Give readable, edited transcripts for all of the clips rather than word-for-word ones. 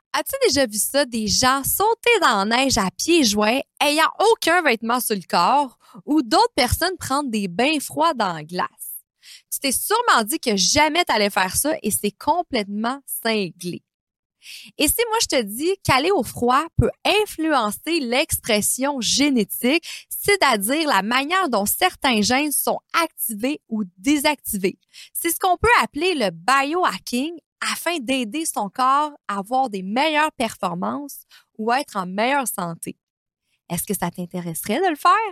As-tu déjà vu ça, des gens sauter dans la neige à pieds joints, ayant aucun vêtement sur le corps, ou d'autres personnes prendre des bains froids dans la glace? Tu t'es sûrement dit que jamais tu allais faire ça et c'est complètement cinglé. Et si moi je te dis qu'aller au froid peut influencer l'expression génétique, c'est-à-dire la manière dont certains gènes sont activés ou désactivés. C'est ce qu'on peut appeler le biohacking afin d'aider son corps à avoir des meilleures performances ou à être en meilleure santé. Est-ce que ça t'intéresserait de le faire?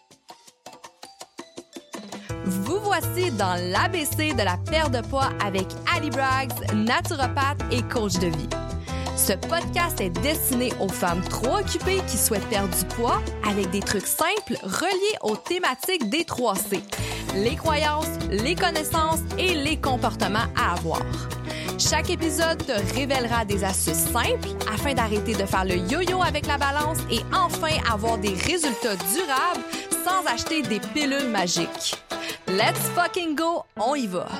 Vous voici dans l'ABC de la perte de poids avec Ali Braggs, naturopathe et coach de vie. Ce podcast est destiné aux femmes trop occupées qui souhaitent perdre du poids avec des trucs simples reliés aux thématiques des 3C. Les croyances, les connaissances et les comportements à avoir. Chaque épisode te révélera des astuces simples afin d'arrêter de faire le yo-yo avec la balance et enfin avoir des résultats durables sans acheter des pilules magiques. Let's fucking go, on y va!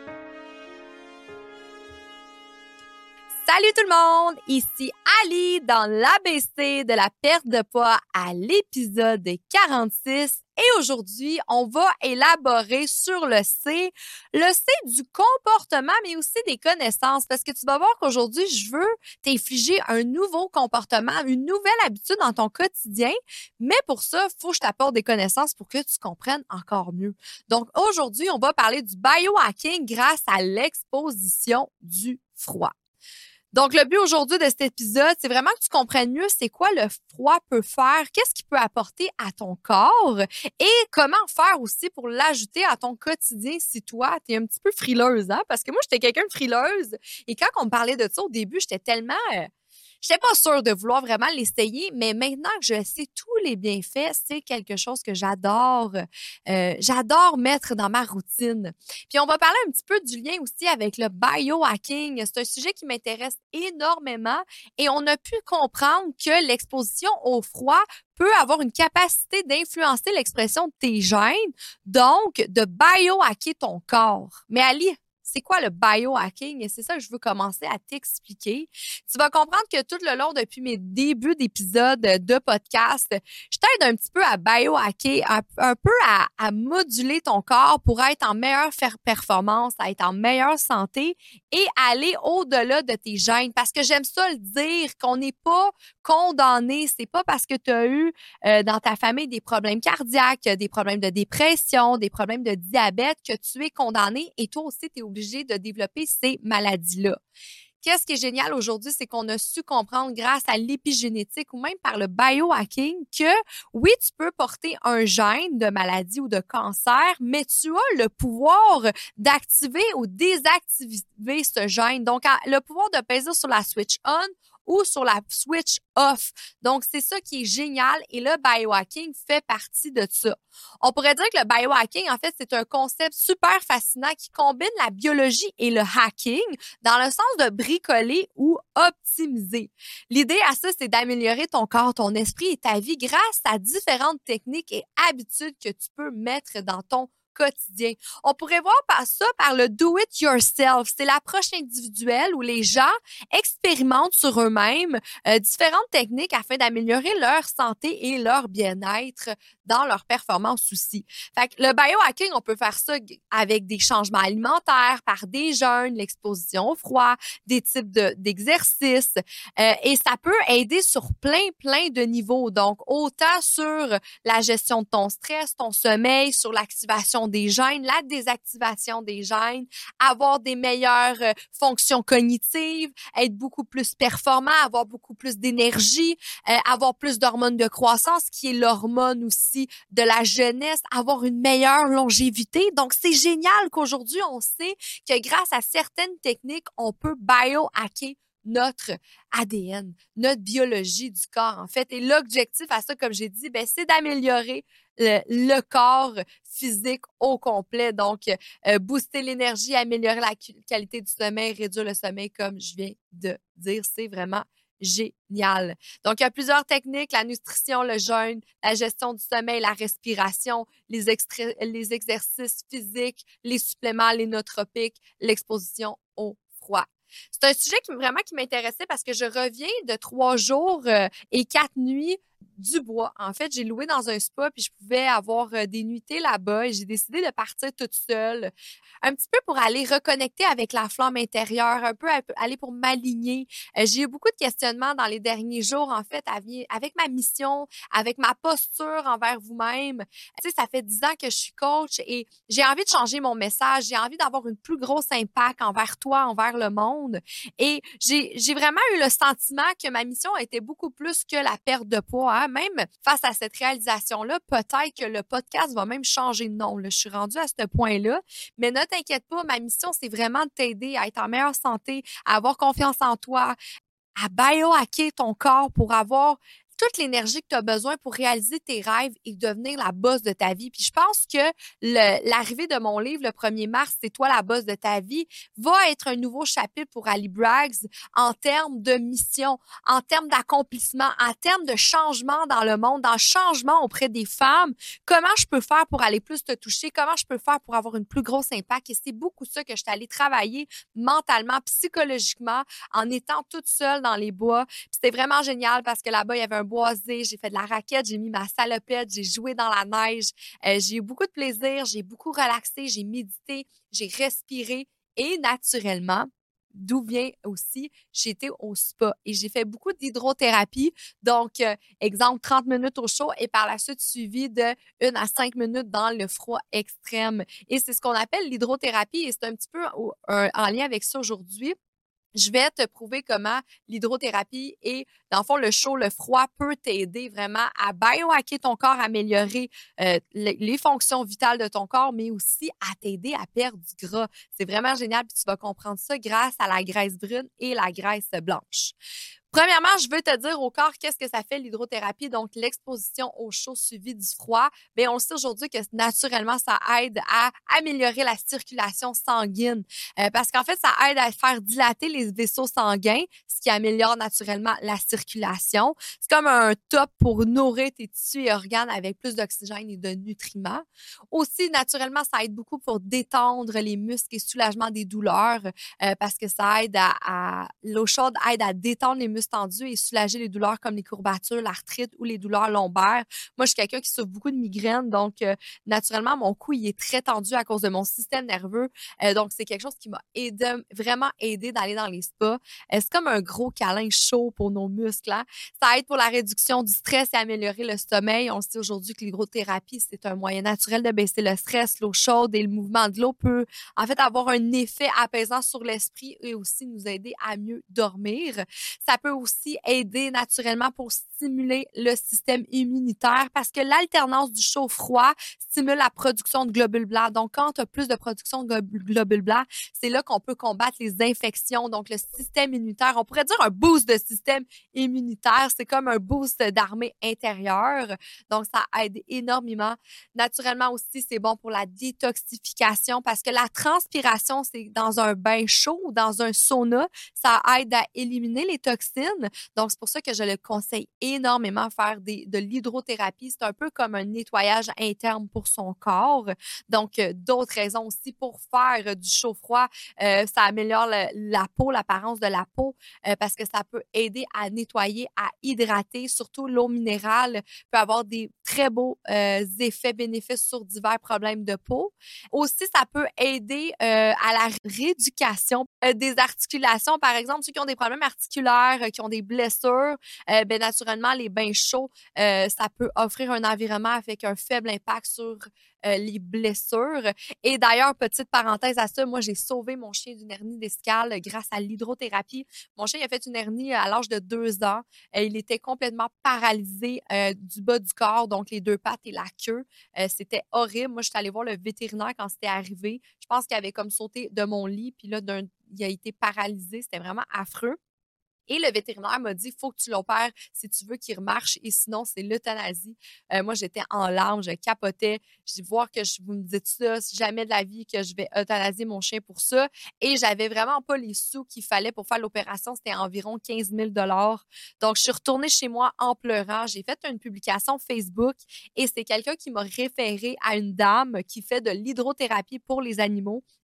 Salut tout le monde, ici Ali dans l'ABC de la perte de poids à l'épisode 46 et aujourd'hui, on va élaborer sur le C du comportement mais aussi des connaissances parce que tu vas voir qu'aujourd'hui, je veux t'infliger un nouveau comportement, une nouvelle habitude dans ton quotidien, mais pour ça, il faut que je t'apporte des connaissances pour que tu comprennes encore mieux. Donc aujourd'hui, on va parler du biohacking grâce à l'exposition du froid. Donc, le but aujourd'hui de cet épisode, c'est vraiment que tu comprennes mieux c'est quoi le froid peut faire, qu'est-ce qu'il peut apporter à ton corps et comment faire aussi pour l'ajouter à ton quotidien si toi, tu es un petit peu frileuse, hein? Parce que moi, j'étais quelqu'un de frileuse et quand on me parlait de ça au début, j'étais tellement... J'étais pas sûre de vouloir vraiment l'essayer, mais maintenant que je sais tous les bienfaits, c'est quelque chose que j'adore mettre dans ma routine. Puis on va parler un petit peu du lien aussi avec le biohacking. C'est un sujet qui m'intéresse énormément et on a pu comprendre que l'exposition au froid peut avoir une capacité d'influencer l'expression de tes gènes, donc de biohacker ton corps. Mais Ali, c'est quoi le biohacking? Et c'est ça que je veux commencer à t'expliquer. Tu vas comprendre que tout le long, depuis mes débuts d'épisodes de podcast, je t'aide un petit peu à biohacker, un peu à moduler ton corps pour être en meilleure performance, à être en meilleure santé et aller au-delà de tes gènes. Parce que j'aime ça le dire, qu'on n'est pas condamné. C'est pas parce que tu as eu dans ta famille des problèmes cardiaques, des problèmes de dépression, des problèmes de diabète que tu es condamné et toi aussi, tu es obligé de développer ces maladies-là. Qu'est-ce qui est génial aujourd'hui, c'est qu'on a su comprendre grâce à l'épigénétique ou même par le biohacking que oui, tu peux porter un gène de maladie ou de cancer, mais tu as le pouvoir d'activer ou désactiver ce gène. Donc, le pouvoir de peser sur la switch on ou sur la switch off. Donc, c'est ça qui est génial et le biohacking fait partie de ça. On pourrait dire que le biohacking, en fait, c'est un concept super fascinant qui combine la biologie et le hacking dans le sens de bricoler ou optimiser. L'idée à ça, c'est d'améliorer ton corps, ton esprit et ta vie grâce à différentes techniques et habitudes que tu peux mettre dans ton quotidien. On pourrait voir par le do-it-yourself. C'est l'approche individuelle où les gens expérimentent sur eux-mêmes différentes techniques afin d'améliorer leur santé et leur bien-être dans leur performance aussi. Fait que le biohacking, on peut faire ça avec des changements alimentaires, par des jeûnes, l'exposition au froid, des types d'exercices et ça peut aider sur plein de niveaux. Donc, autant sur la gestion de ton stress, ton sommeil, sur l'activation des gènes, la désactivation des gènes, avoir des meilleures fonctions cognitives, être beaucoup plus performant, avoir beaucoup plus d'énergie, avoir plus d'hormones de croissance, qui est l'hormone aussi de la jeunesse, avoir une meilleure longévité. Donc, c'est génial qu'aujourd'hui, on sait que grâce à certaines techniques, on peut biohacker notre ADN, notre biologie du corps, en fait. Et l'objectif à ça, comme j'ai dit, c'est d'améliorer le corps physique au complet. Donc, booster l'énergie, améliorer la qualité du sommeil, réduire le sommeil, comme je viens de dire. C'est vraiment génial. Donc, il y a plusieurs techniques, la nutrition, le jeûne, la gestion du sommeil, la respiration, les exercices physiques, les suppléments, les nootropiques, l'exposition au froid. C'est un sujet qui m'intéressait parce que je reviens de 3 jours et 4 nuits du bois. En fait, j'ai loué dans un spa puis je pouvais avoir des nuitées là-bas et j'ai décidé de partir toute seule, un petit peu pour aller reconnecter avec la flamme intérieure, un peu aller pour m'aligner. J'ai eu beaucoup de questionnements dans les derniers jours, en fait, avec ma mission, avec ma posture envers vous-même. Tu sais, ça fait 10 ans que je suis coach et j'ai envie de changer mon message. J'ai envie d'avoir une plus grosse impact envers toi, envers le monde. Et j'ai vraiment eu le sentiment que ma mission était beaucoup plus que la perte de poids. Hein. Même face à cette réalisation-là, peut-être que le podcast va même changer de nom. Là. Je suis rendue à ce point-là. Mais ne t'inquiète pas, ma mission, c'est vraiment de t'aider à être en meilleure santé, à avoir confiance en toi, à biohacker ton corps pour avoir toute l'énergie que tu as besoin pour réaliser tes rêves et devenir la boss de ta vie. Puis je pense que l'arrivée de mon livre, le 1er mars, c'est toi la boss de ta vie, va être un nouveau chapitre pour Ali Braggs en termes de mission, en termes d'accomplissement, en termes de changement dans le monde, dans le changement auprès des femmes. Comment je peux faire pour aller plus te toucher? Comment je peux faire pour avoir une plus grosse impact? Et c'est beaucoup ça que je suis allée travailler mentalement, psychologiquement, en étant toute seule dans les bois. Puis c'était vraiment génial parce que là-bas, il y avait un boisé, j'ai fait de la raquette, j'ai mis ma salopette, j'ai joué dans la neige. J'ai eu beaucoup de plaisir, j'ai beaucoup relaxé, j'ai médité, j'ai respiré et naturellement, d'où vient aussi, j'étais au spa et j'ai fait beaucoup d'hydrothérapie. Donc, exemple, 30 minutes au chaud et par la suite suivi de 1 à 5 minutes dans le froid extrême. Et c'est ce qu'on appelle l'hydrothérapie et c'est un petit peu en lien avec ça aujourd'hui. Je vais te prouver comment l'hydrothérapie et, dans le fond, le chaud, le froid peut t'aider vraiment à biohacker ton corps, améliorer les fonctions vitales de ton corps, mais aussi à t'aider à perdre du gras. C'est vraiment génial, puis tu vas comprendre ça grâce à la graisse brune et la graisse blanche. Premièrement, je veux te dire au corps qu'est-ce que ça fait l'hydrothérapie, donc l'exposition au chaud suivi du froid. Bien, on sait aujourd'hui que naturellement, ça aide à améliorer la circulation sanguine parce qu'en fait, ça aide à faire dilater les vaisseaux sanguins, ce qui améliore naturellement la circulation. C'est comme un top pour nourrir tes tissus et organes avec plus d'oxygène et de nutriments. Aussi, naturellement, ça aide beaucoup pour détendre les muscles et soulagement des douleurs parce que ça aide l'eau chaude aide à détendre les muscles tendus et soulager les douleurs comme les courbatures, l'arthrite ou les douleurs lombaires. Moi, je suis quelqu'un qui souffre beaucoup de migraines, donc naturellement, mon cou il est très tendu à cause de mon système nerveux. Donc, c'est quelque chose qui m'a vraiment aidé d'aller dans les spas. C'est comme un gros câlin chaud pour nos muscles. Hein? Ça aide pour la réduction du stress et améliorer le sommeil. On sait aujourd'hui que l'hydrothérapie, c'est un moyen naturel de baisser le stress. L'eau chaude et le mouvement de l'eau peut en fait avoir un effet apaisant sur l'esprit et aussi nous aider à mieux dormir. Ça peut aussi aider naturellement pour stimuler le système immunitaire parce que l'alternance du chaud-froid stimule la production de globules blancs. Donc, quand tu as plus de production de globules blancs, c'est là qu'on peut combattre les infections. Donc, le système immunitaire, on pourrait dire un boost de système immunitaire. C'est comme un boost d'armée intérieure. Donc, ça aide énormément. Naturellement aussi, c'est bon pour la détoxification parce que la transpiration, c'est dans un bain chaud ou dans un sauna, ça aide à éliminer les toxines. Donc, c'est pour ça que je le conseille énormément faire de l'hydrothérapie. C'est un peu comme un nettoyage interne pour son corps. Donc, d'autres raisons aussi pour faire du chaud-froid, ça améliore la peau, l'apparence de la peau parce que ça peut aider à nettoyer, à hydrater. Surtout l'eau minérale peut avoir des très beaux effets bénéfices sur divers problèmes de peau. Aussi, ça peut aider à la rééducation des articulations. Par exemple, ceux qui ont des problèmes articulaires, qui ont des blessures, ben naturellement, les bains chauds, ça peut offrir un environnement avec un faible impact sur les blessures. Et d'ailleurs, petite parenthèse à ça, moi, j'ai sauvé mon chien d'une hernie discale grâce à l'hydrothérapie. Mon chien il a fait une hernie à l'âge de 2 ans. Il était complètement paralysé du bas du corps, donc les 2 pattes et la queue. C'était horrible. Moi, je suis allée voir le vétérinaire quand c'était arrivé. Je pense qu'il avait comme sauté de mon lit, puis là, il a été paralysé. C'était vraiment affreux. Et le vétérinaire m'a dit, faut que tu l'opères si tu veux qu'il remarche et sinon, c'est l'euthanasie. Moi, j'étais en larmes, je capotais. Je dis, voir que vous me dites ça, jamais de la vie que je vais euthanasier mon chien pour ça. Et j'avais vraiment pas les sous qu'il fallait pour faire l'opération. C'était environ 15 000 $. Donc, je suis retournée chez moi en pleurant. J'ai fait une publication Facebook et c'est quelqu'un qui m'a référé à une dame qui fait de l'hydrothérapie pour les animaux.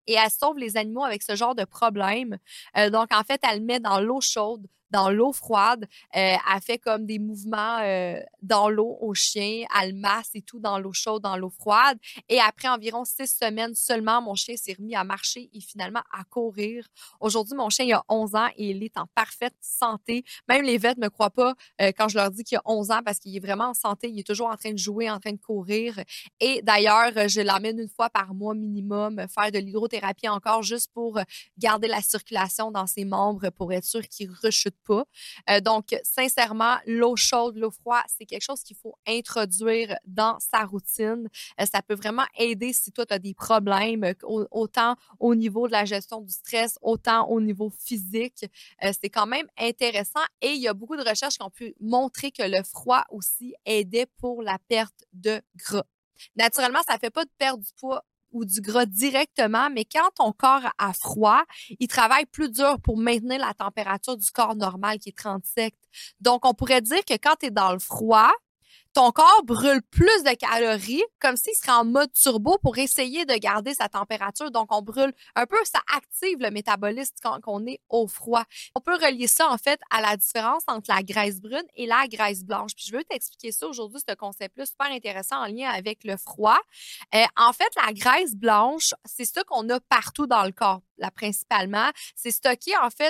et elle sauve les animaux avec ce genre de problème. Donc, en fait, elle le met dans l'eau chaude, dans l'eau froide. Elle fait comme des mouvements dans l'eau au chien. Elle le masse et tout dans l'eau chaude, dans l'eau froide. Et après environ 6 semaines seulement, mon chien s'est remis à marcher et finalement à courir. Aujourd'hui, mon chien il a 11 ans et il est en parfaite santé. Même les vets ne me croient pas quand je leur dis qu'il a 11 ans parce qu'il est vraiment en santé. Il est toujours en train de jouer, en train de courir. Et d'ailleurs, je l'emmène une fois par mois minimum faire de l'hydrothérapie encore juste pour garder la circulation dans ses membres pour être sûr qu'il ne rechute pas. Donc, sincèrement, l'eau chaude, l'eau froide, c'est quelque chose qu'il faut introduire dans sa routine. Ça peut vraiment aider si toi, tu as des problèmes, autant au niveau de la gestion du stress, autant au niveau physique. C'est quand même intéressant et il y a beaucoup de recherches qui ont pu montrer que le froid aussi aidait pour la perte de gras. Naturellement, ça ne fait pas de perdre du poids ou du gras directement, mais quand ton corps a froid, il travaille plus dur pour maintenir la température du corps normal qui est 37. Donc, on pourrait dire que quand tu es dans le froid, ton corps brûle plus de calories, comme s'il serait en mode turbo pour essayer de garder sa température. Donc, on brûle un peu, ça active le métabolisme quand on est au froid. On peut relier ça, en fait, à la différence entre la graisse brune et la graisse blanche. Puis, je veux t'expliquer ça aujourd'hui, ce concept-là super intéressant en lien avec le froid. En fait, la graisse blanche, c'est ça qu'on a partout dans le corps, là, principalement. C'est stocké, en fait,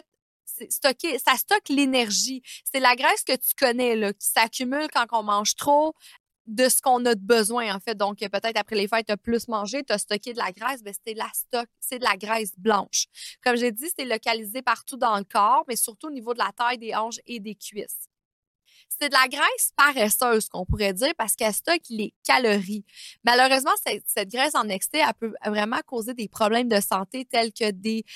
ça stocke l'énergie. C'est la graisse que tu connais, là, qui s'accumule quand on mange trop de ce qu'on a de besoin, en fait. Donc, peut-être après les fêtes, tu as plus mangé, tu as stocké de la graisse, ben, c'est de la graisse blanche. Comme j'ai dit, c'est localisé partout dans le corps, mais surtout au niveau de la taille des hanches et des cuisses. C'est de la graisse paresseuse qu'on pourrait dire parce qu'elle stocke les calories. Malheureusement, cette graisse en excès, elle peut vraiment causer des problèmes de santé tels que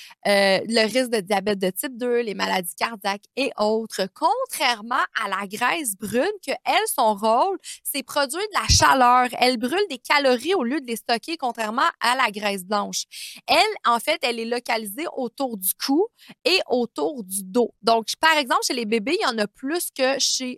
le risque de diabète de type 2, les maladies cardiaques et autres. Contrairement à la graisse brune, que elle, son rôle, c'est produire de la chaleur. Elle brûle des calories au lieu de les stocker, contrairement à la graisse blanche. Elle, en fait, elle est localisée autour du cou et autour du dos. Donc, par exemple, chez les bébés, il y en a plus que chez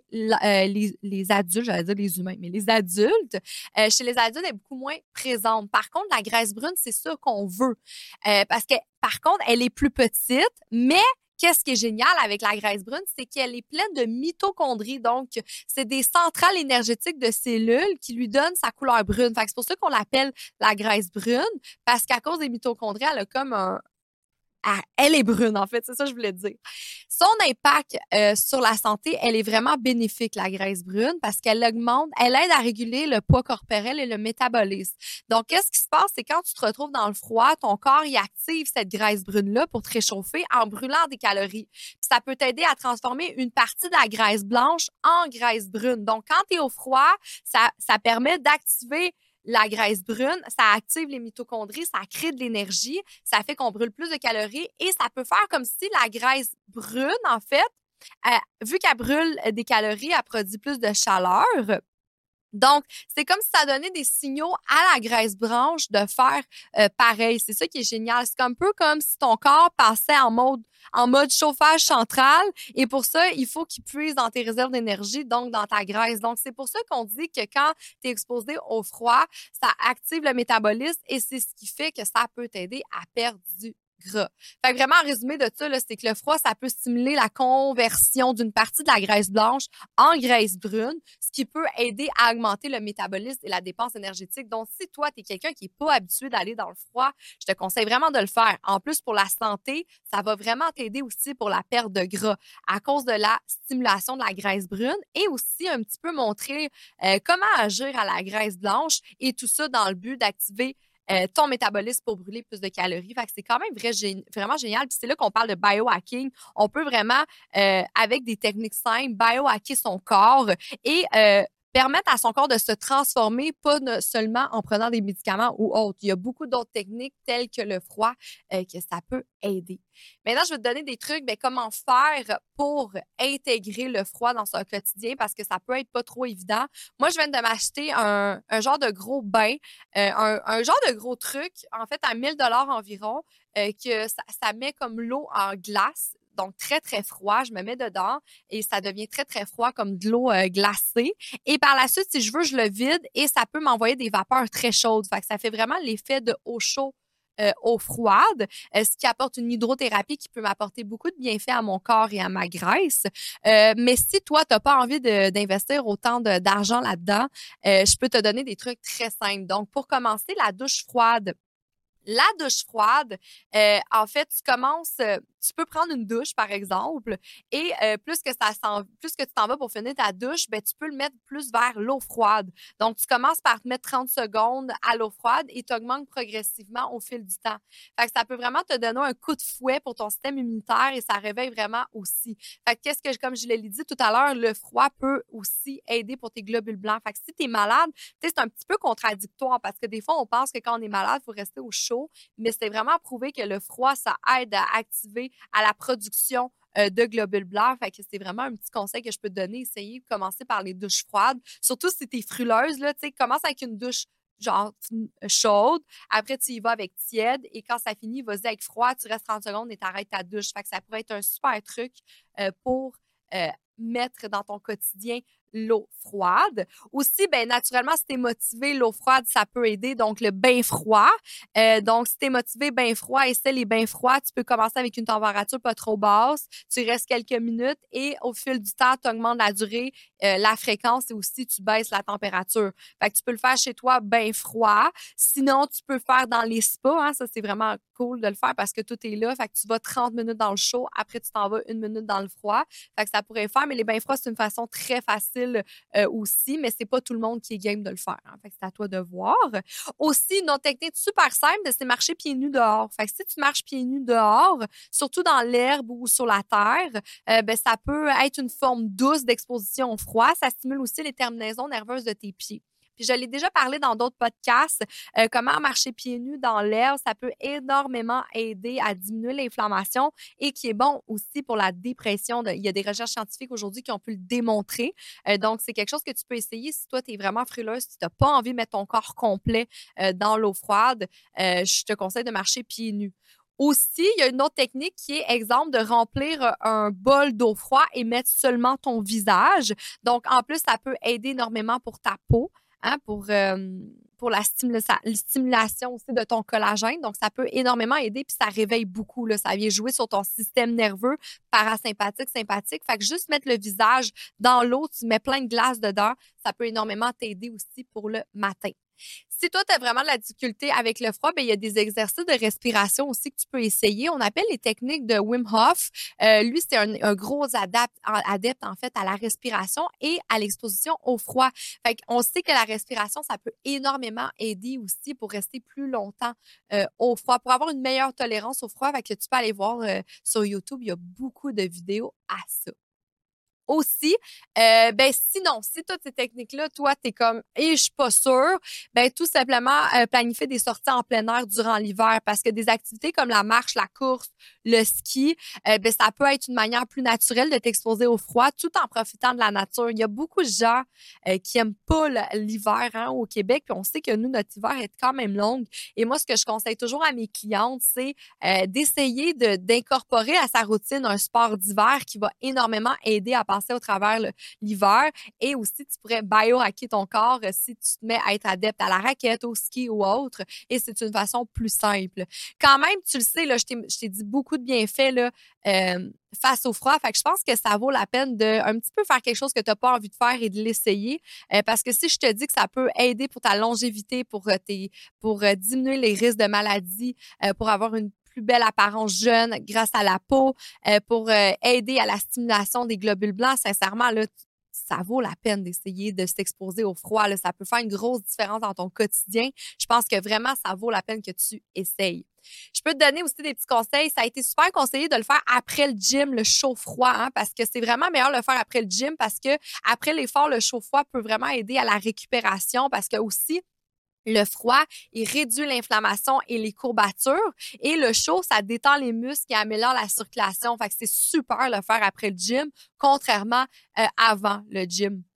les adultes, j'allais dire les humains, mais les adultes, chez les adultes, elle est beaucoup moins présente. Par contre, la graisse brune, c'est ça qu'on veut. Parce que, par contre, elle est plus petite, mais qu'est-ce qui est génial avec la graisse brune, c'est qu'elle est pleine de mitochondries. Donc, c'est des centrales énergétiques de cellules qui lui donnent sa couleur brune. Fait que c'est pour ça qu'on l'appelle la graisse brune, parce qu'à cause des mitochondries, elle a comme elle est brune, en fait, c'est ça que je voulais dire. Son impact sur la santé, elle est vraiment bénéfique, la graisse brune, parce qu'elle elle aide à réguler le poids corporel et le métabolisme. Donc, qu'est-ce qui se passe? C'est quand tu te retrouves dans le froid, ton corps, il active cette graisse brune-là pour te réchauffer en brûlant des calories. Puis ça peut t'aider à transformer une partie de la graisse blanche en graisse brune. Donc, quand tu es au froid, ça permet d'activer la graisse brune, ça active les mitochondries, ça crée de l'énergie, ça fait qu'on brûle plus de calories et ça peut faire comme si la graisse brune, en fait, vu qu'elle brûle des calories, elle produit plus de chaleur. Donc, c'est comme si ça donnait des signaux à la graisse blanche de faire pareil. C'est ça qui est génial. C'est un peu comme si ton corps passait en mode chauffage central et pour ça, il faut qu'il puise dans tes réserves d'énergie, donc dans ta graisse. Donc, c'est pour ça qu'on dit que quand tu es exposé au froid, ça active le métabolisme et c'est ce qui fait que ça peut t'aider à perdre du gras. Fait que vraiment, en résumé de ça, là, c'est que le froid, ça peut stimuler la conversion d'une partie de la graisse blanche en graisse brune, ce qui peut aider à augmenter le métabolisme et la dépense énergétique. Donc, si toi, tu es quelqu'un qui n'est pas habitué d'aller dans le froid, je te conseille vraiment de le faire. En plus, pour la santé, ça va vraiment t'aider aussi pour la perte de gras à cause de la stimulation de la graisse brune et aussi un petit peu montrer comment agir à la graisse blanche et tout ça dans le but d'activer ton métabolisme pour brûler plus de calories. Fait que c'est quand même vraiment génial. Puis c'est là qu'on parle de biohacking. On peut vraiment, avec des techniques simples, biohacker son corps et permettre à son corps de se transformer, pas seulement en prenant des médicaments ou autres. Il y a beaucoup d'autres techniques telles que le froid que ça peut aider. Maintenant, je vais te donner des trucs, comment faire pour intégrer le froid dans son quotidien parce que ça peut être pas trop évident. Moi, je viens de m'acheter un genre de gros bain, un genre de gros truc, en fait, à 1 000 $ environ, que ça met comme l'eau en glace. Donc, très, très froid. Je me mets dedans et ça devient très, très froid comme de l'eau glacée. Et par la suite, si je veux, je le vide et ça peut m'envoyer des vapeurs très chaudes. Fait que ça fait vraiment l'effet de eau chaude eau froide, ce qui apporte une hydrothérapie qui peut m'apporter beaucoup de bienfaits à mon corps et à ma graisse. Mais si toi, t'as pas envie d'investir autant d'argent là-dedans, je peux te donner des trucs très simples. Donc, pour commencer, la douche froide. La douche froide, en fait, tu peux prendre une douche, par exemple, et plus que tu t'en vas pour finir ta douche, ben, tu peux le mettre plus vers l'eau froide. Donc, tu commences par te mettre 30 secondes à l'eau froide et tu augmentes progressivement au fil du temps. Fait que ça peut vraiment te donner un coup de fouet pour ton système immunitaire et ça réveille vraiment aussi. Fait que comme je l'ai dit tout à l'heure, le froid peut aussi aider pour tes globules blancs. Fait que si tu es malade, tu sais, c'est un petit peu contradictoire parce que des fois, on pense que quand on est malade, il faut rester au chaud, mais c'est vraiment prouvé que le froid, ça aide à activer à la production de globules blancs. Fait que c'est vraiment un petit conseil que je peux te donner. Essayez de commencer par les douches froides. Surtout si tu es frileuse, là, tu sais, commence avec une douche genre chaude. Après, tu y vas avec tiède. Et quand ça finit, vas-y avec froid. Tu restes 30 secondes et tu arrêtes ta douche. Fait que ça pourrait être un super truc pour mettre dans ton quotidien l'eau froide. Aussi, ben naturellement, si t'es motivé, l'eau froide, ça peut aider. Donc, le bain froid. Donc, si t'es motivé, bain froid, essaie les bains froids. Tu peux commencer avec une température pas trop basse. Tu restes quelques minutes et au fil du temps, tu augmentes la durée, la fréquence et aussi tu baisses la température. Fait que tu peux le faire chez toi, bain froid. Sinon, tu peux faire dans les spas. Hein, ça, c'est vraiment cool de le faire parce que tout est là. Fait que tu vas 30 minutes dans le chaud. Après, tu t'en vas 1 minute dans le froid. Fait que ça pourrait faire. Mais les bains froids, c'est une façon très facile aussi, mais c'est pas tout le monde qui est game de le faire. Hein. Fait que c'est à toi de voir. Aussi, une autre technique super simple, c'est marcher pieds nus dehors. Fait que si tu marches pieds nus dehors, surtout dans l'herbe ou sur la terre, ben ça peut être une forme douce d'exposition au froid. Ça stimule aussi les terminaisons nerveuses de tes pieds. Puis je l'ai déjà parlé dans d'autres podcasts, comment marcher pieds nus dans l'herbe, ça peut énormément aider à diminuer l'inflammation et qui est bon aussi pour la dépression. Il y a des recherches scientifiques aujourd'hui qui ont pu le démontrer. Donc, c'est quelque chose que tu peux essayer si toi, tu es vraiment frileuse, si tu n'as pas envie de mettre ton corps complet dans l'eau froide. Je te conseille de marcher pieds nus. Aussi, il y a une autre technique qui est, exemple, de remplir un bol d'eau froide et mettre seulement ton visage. Donc, en plus, ça peut aider énormément pour ta peau. Hein, pour la stimulation aussi de ton collagène. Donc, ça peut énormément aider puis ça réveille beaucoup. Là. Ça vient jouer sur ton système nerveux parasympathique, sympathique. Fait que juste mettre le visage dans l'eau, tu mets plein de glace dedans, ça peut énormément t'aider aussi pour le matin. Si toi, tu as vraiment de la difficulté avec le froid, ben, il y a des exercices de respiration aussi que tu peux essayer. On appelle les techniques de Wim Hof. Lui, c'est un gros adepte, en fait, à la respiration et à l'exposition au froid. Fait qu'on sait que la respiration, ça peut énormément aider aussi pour rester plus longtemps au froid, pour avoir une meilleure tolérance au froid. Fait que tu peux aller voir sur YouTube, il y a beaucoup de vidéos à ça. Aussi, ben sinon, si toutes ces techniques-là, toi, t'es comme et je suis pas sûre, ben tout simplement planifier des sorties en plein air durant l'hiver parce que des activités comme la marche, la course, le ski, ben ça peut être une manière plus naturelle de t'exposer au froid tout en profitant de la nature. Il y a beaucoup de gens qui aiment pas l'hiver hein, au Québec, puis on sait que nous notre hiver est quand même long. Et moi, ce que je conseille toujours à mes clientes, c'est d'essayer d'incorporer à sa routine un sport d'hiver qui va énormément aider à passer au travers l'hiver et aussi tu pourrais biohacker ton corps si tu te mets à être adepte à la raquette, au ski ou autre et c'est une façon plus simple. Quand même, tu le sais, là, je t'ai dit beaucoup de bienfaits là, face au froid, fait que je pense que ça vaut la peine de un petit peu faire quelque chose que tu n'as pas envie de faire et de l'essayer parce que si je te dis que ça peut aider pour ta longévité, pour diminuer les risques de maladies, pour avoir une plus belle apparence jeune grâce à la peau, pour aider à la stimulation des globules blancs. Sincèrement, là, ça vaut la peine d'essayer de s'exposer au froid. Là. Ça peut faire une grosse différence dans ton quotidien. Je pense que vraiment, ça vaut la peine que tu essayes. Je peux te donner aussi des petits conseils. Ça a été super conseillé de le faire après le gym, le chaud-froid, hein, parce que c'est vraiment meilleur de le faire après le gym parce que après l'effort, le chaud-froid peut vraiment aider à la récupération parce que aussi, le froid, il réduit l'inflammation et les courbatures. Et le chaud, ça détend les muscles et améliore la circulation. Fait que c'est super de le faire après le gym, contrairement avant le gym.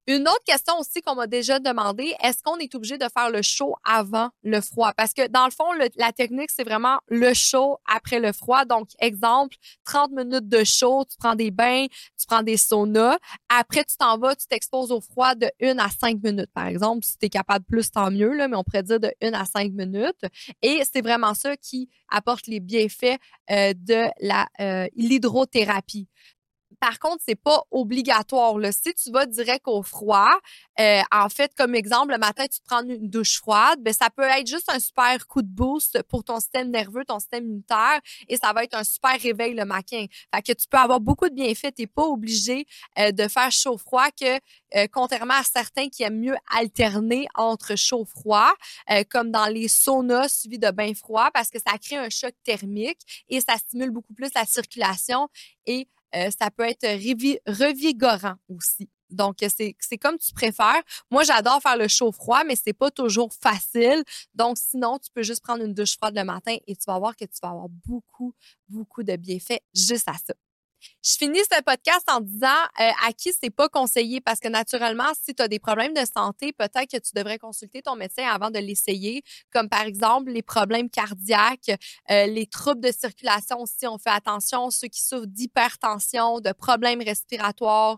Une autre question aussi qu'on m'a déjà demandé, est-ce qu'on est obligé de faire le chaud avant le froid? Parce que dans le fond, la technique, c'est vraiment le chaud après le froid. Donc, exemple, 30 minutes de chaud, tu prends des bains, tu prends des saunas. Après, tu t'en vas, tu t'exposes au froid de 1 à 5 minutes, par exemple. Si tu es capable plus, tant mieux, là, mais on pourrait dire de 1 à 5 minutes. Et c'est vraiment ça qui apporte les bienfaits de l'hydrothérapie. Par contre, c'est pas obligatoire, là. Si tu vas direct au froid, en fait, comme exemple, le matin, tu te prends une douche froide, ben ça peut être juste un super coup de boost pour ton système nerveux, ton système immunitaire, et ça va être un super réveil le matin. Fait que tu peux avoir beaucoup de bienfaits. T'es pas obligé de faire chaud-froid que, contrairement à certains qui aiment mieux alterner entre chaud-froid, comme dans les saunas suivis de bains froids, parce que ça crée un choc thermique et ça stimule beaucoup plus la circulation et ça peut être revigorant aussi. Donc, c'est comme tu préfères. Moi, j'adore faire le chaud-froid, mais c'est pas toujours facile. Donc, sinon, tu peux juste prendre une douche froide le matin et tu vas voir que tu vas avoir beaucoup, beaucoup de bienfaits juste à ça. Je finis ce podcast en disant à qui c'est pas conseillé parce que naturellement, si tu as des problèmes de santé, peut-être que tu devrais consulter ton médecin avant de l'essayer, comme par exemple les problèmes cardiaques, les troubles de circulation aussi, on fait attention, ceux qui souffrent d'hypertension, de problèmes respiratoires,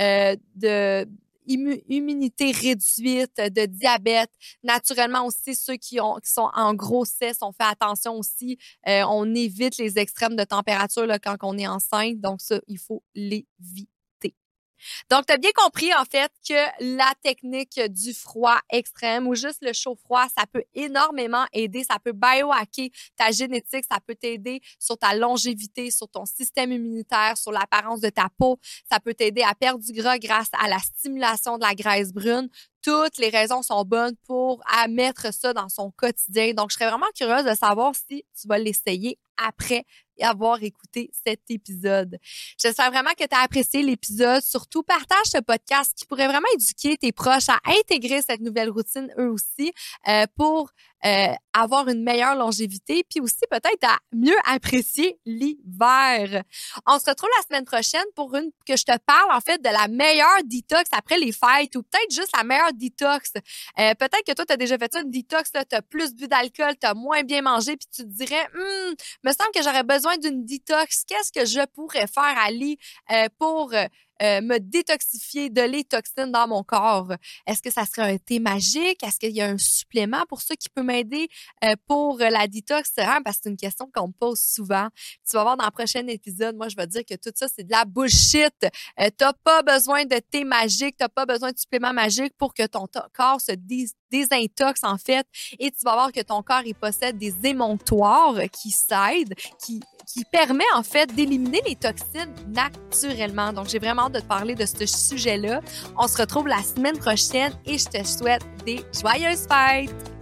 de immunité réduite, de diabète. Naturellement aussi, ceux qui sont en grossesse, on fait attention aussi. On évite les extrêmes de température là, quand on est enceinte. Donc ça, il faut l'éviter. Donc, tu as bien compris, en fait, que la technique du froid extrême ou juste le chaud-froid, ça peut énormément aider. Ça peut biohacker ta génétique. Ça peut t'aider sur ta longévité, sur ton système immunitaire, sur l'apparence de ta peau. Ça peut t'aider à perdre du gras grâce à la stimulation de la graisse brune. Toutes les raisons sont bonnes pour mettre ça dans son quotidien. Donc, je serais vraiment curieuse de savoir si tu vas l'essayer après avoir écouté cet épisode. J'espère vraiment que tu as apprécié l'épisode. Surtout, partage ce podcast qui pourrait vraiment éduquer tes proches à intégrer cette nouvelle routine eux aussi pour avoir une meilleure longévité puis aussi peut-être à mieux apprécier l'hiver. On se retrouve la semaine prochaine pour que je te parle en fait de la meilleure détox après les fêtes ou peut-être juste la meilleure détox. Peut-être que toi, tu as déjà fait ça, une détox, tu as plus bu d'alcool, tu as moins bien mangé puis tu te dirais, me semble que j'aurais besoin d'une détox. Qu'est-ce que je pourrais faire, Ali, pour me détoxifier de les toxines dans mon corps? Est-ce que ça serait un thé magique? Est-ce qu'il y a un supplément pour ça qui peut m'aider pour la détox? Parce que c'est une question qu'on me pose souvent. Tu vas voir dans le prochain épisode, moi, je vais dire que tout ça, c'est de la bullshit. T'as pas besoin de thé magique, t'as pas besoin de supplément magique pour que ton corps se désintoxe, en fait. Et tu vas voir que ton corps, il possède des émonctoires qui s'aident, qui permet, en fait, d'éliminer les toxines naturellement. Donc, j'ai vraiment hâte de te parler de ce sujet-là. On se retrouve la semaine prochaine et je te souhaite des joyeuses fêtes!